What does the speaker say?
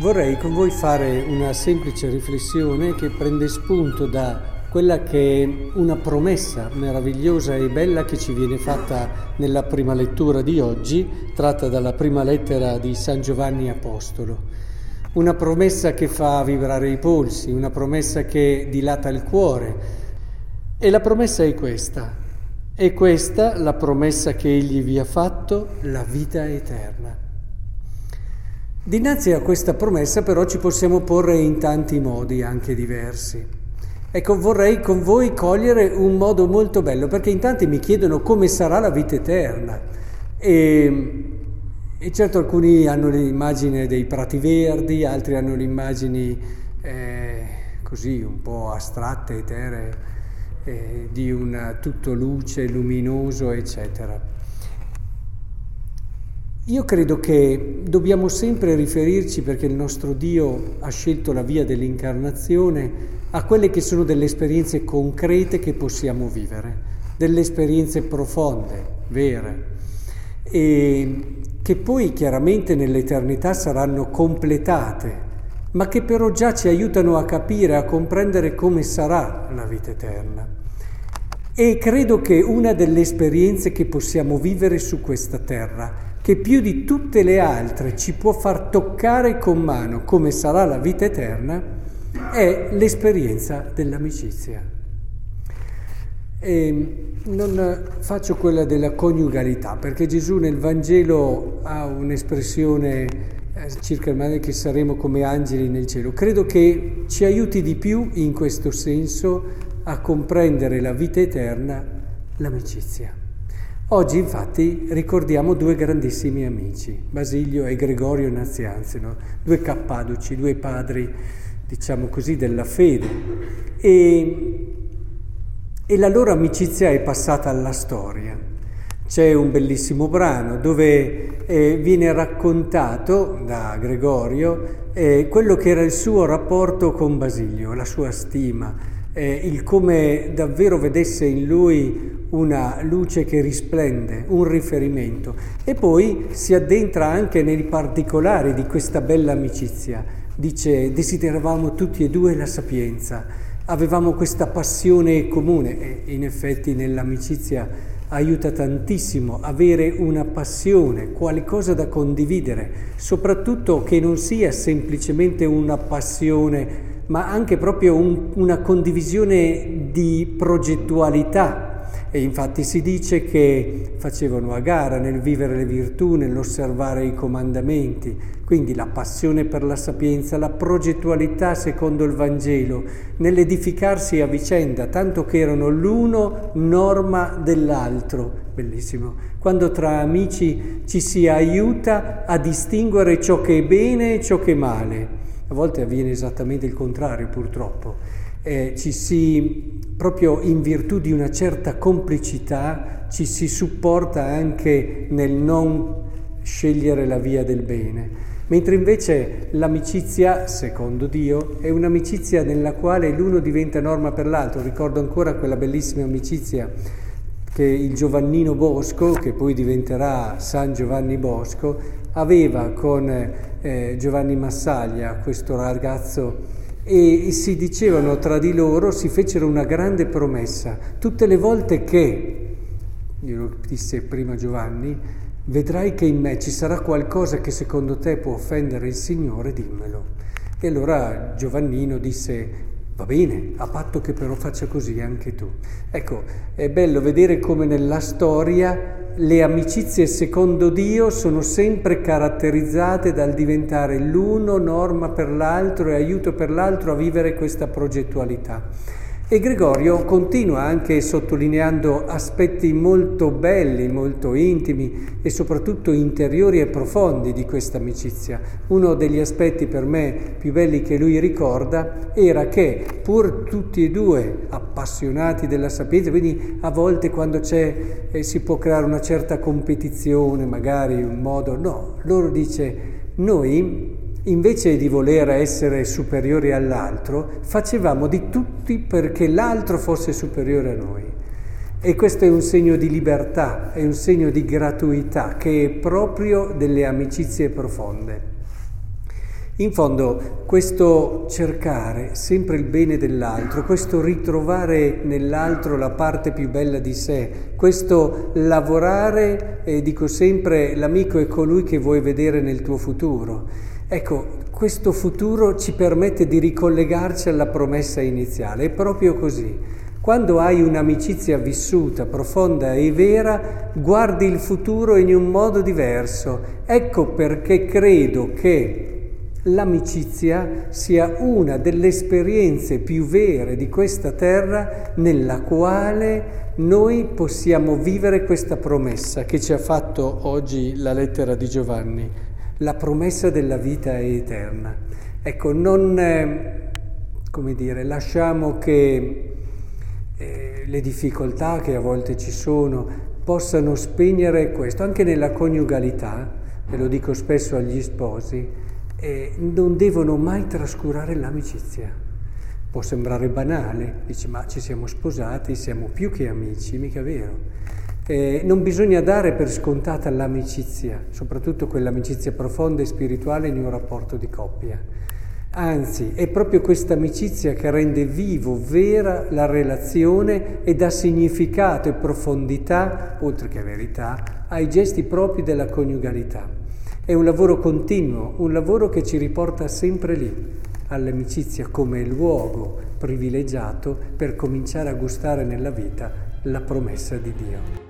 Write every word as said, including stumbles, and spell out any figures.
Vorrei con voi fare una semplice riflessione che prende spunto da quella che è una promessa meravigliosa e bella che ci viene fatta nella prima lettura di oggi, tratta dalla prima lettera di San Giovanni Apostolo. Una promessa che fa vibrare i polsi, una promessa che dilata il cuore. E la promessa è questa. È questa la promessa che Egli vi ha fatto, la vita eterna. Dinanzi a questa promessa però ci possiamo porre in tanti modi, anche diversi. Ecco, vorrei con voi cogliere un modo molto bello, perché in tanti mi chiedono come sarà la vita eterna. E, e certo alcuni hanno l'immagine dei prati verdi, altri hanno le immagini eh, così un po' astratte, eteree, eh, di un tutto luce, luminoso, eccetera. Io credo che dobbiamo sempre riferirci, perché il nostro Dio ha scelto la via dell'incarnazione, a quelle che sono delle esperienze concrete che possiamo vivere, delle esperienze profonde, vere, e che poi chiaramente nell'eternità saranno completate, ma che però già ci aiutano a capire, a comprendere come sarà la vita eterna. E credo che una delle esperienze che possiamo vivere su questa terra, che più di tutte le altre ci può far toccare con mano come sarà la vita eterna, è l'esperienza dell'amicizia. E non faccio quella della coniugalità, perché Gesù nel Vangelo ha un'espressione circa il male che saremo come angeli nel cielo. Credo che ci aiuti di più in questo senso a comprendere la vita eterna, l'amicizia. Oggi infatti ricordiamo due grandissimi amici, Basilio e Gregorio Nazianzeno, due cappadoci, due padri, diciamo così, della fede. E, e la loro amicizia è passata alla storia. C'è un bellissimo brano dove eh, viene raccontato da Gregorio eh, quello che era il suo rapporto con Basilio, la sua stima, eh, il come davvero vedesse in lui una luce che risplende, un riferimento, e poi si addentra anche nei particolari di questa bella amicizia. Dice: desideravamo tutti e due la sapienza, avevamo questa passione comune, e in effetti nell'amicizia aiuta tantissimo avere una passione, qualcosa da condividere, soprattutto che non sia semplicemente una passione, ma anche proprio un, una condivisione di progettualità. E infatti si dice che facevano a gara nel vivere le virtù, nell'osservare i comandamenti, quindi la passione per la sapienza, la progettualità secondo il Vangelo, nell'edificarsi a vicenda, tanto che erano l'uno norma dell'altro. Bellissimo, quando tra amici ci si aiuta a distinguere ciò che è bene e ciò che è male. A volte avviene esattamente il contrario, purtroppo. Eh, ci si, proprio in virtù di una certa complicità, ci si supporta anche nel non scegliere la via del bene. Mentre invece l'amicizia, secondo Dio, è un'amicizia nella quale l'uno diventa norma per l'altro. Ricordo ancora quella bellissima amicizia che il Giovannino Bosco, che poi diventerà San Giovanni Bosco, aveva con eh, Giovanni Massaglia, questo ragazzo, e si dicevano tra di loro, si fecero una grande promessa: tutte le volte che, glielo disse prima Giovanni, vedrai che in me ci sarà qualcosa che secondo te può offendere il Signore, dimmelo. E allora Giovannino disse: va bene, a patto che però faccia così anche tu. Ecco, è bello vedere come nella storia le amicizie secondo Dio sono sempre caratterizzate dal diventare l'uno norma per l'altro e aiuto per l'altro a vivere questa progettualità. E Gregorio continua anche sottolineando aspetti molto belli, molto intimi e soprattutto interiori e profondi di questa amicizia. Uno degli aspetti per me più belli che lui ricorda era che, pur tutti e due appassionati della sapienza, quindi a volte quando c'è eh, si può creare una certa competizione, magari un modo, no, loro dice: noi invece di voler essere superiori all'altro, facevamo di tutti perché l'altro fosse superiore a noi. E questo è un segno di libertà, è un segno di gratuità che è proprio delle amicizie profonde. In fondo questo cercare sempre il bene dell'altro, questo ritrovare nell'altro la parte più bella di sé, questo lavorare, e dico sempre, l'amico è colui che vuoi vedere nel tuo futuro. Ecco, questo futuro ci permette di ricollegarci alla promessa iniziale, è proprio così. Quando hai un'amicizia vissuta, profonda e vera, guardi il futuro in un modo diverso. Ecco perché credo che l'amicizia sia una delle esperienze più vere di questa terra nella quale noi possiamo vivere questa promessa che ci ha fatto oggi la lettera di Giovanni, la promessa della vita eterna. Ecco, non, eh, come dire, lasciamo che eh, le difficoltà che a volte ci sono possano spegnere questo, anche nella coniugalità, e lo dico spesso agli sposi, Eh, non devono mai trascurare l'amicizia. Può sembrare banale, dici ma ci siamo sposati, siamo più che amici, mica vero. Eh, non bisogna dare per scontata l'amicizia, soprattutto quell'amicizia profonda e spirituale in un rapporto di coppia. Anzi, è proprio questa amicizia che rende vivo, vera la relazione e dà significato e profondità, oltre che verità, ai gesti propri della coniugalità. È un lavoro continuo, un lavoro che ci riporta sempre lì, all'amicizia come luogo privilegiato per cominciare a gustare nella vita la promessa di Dio.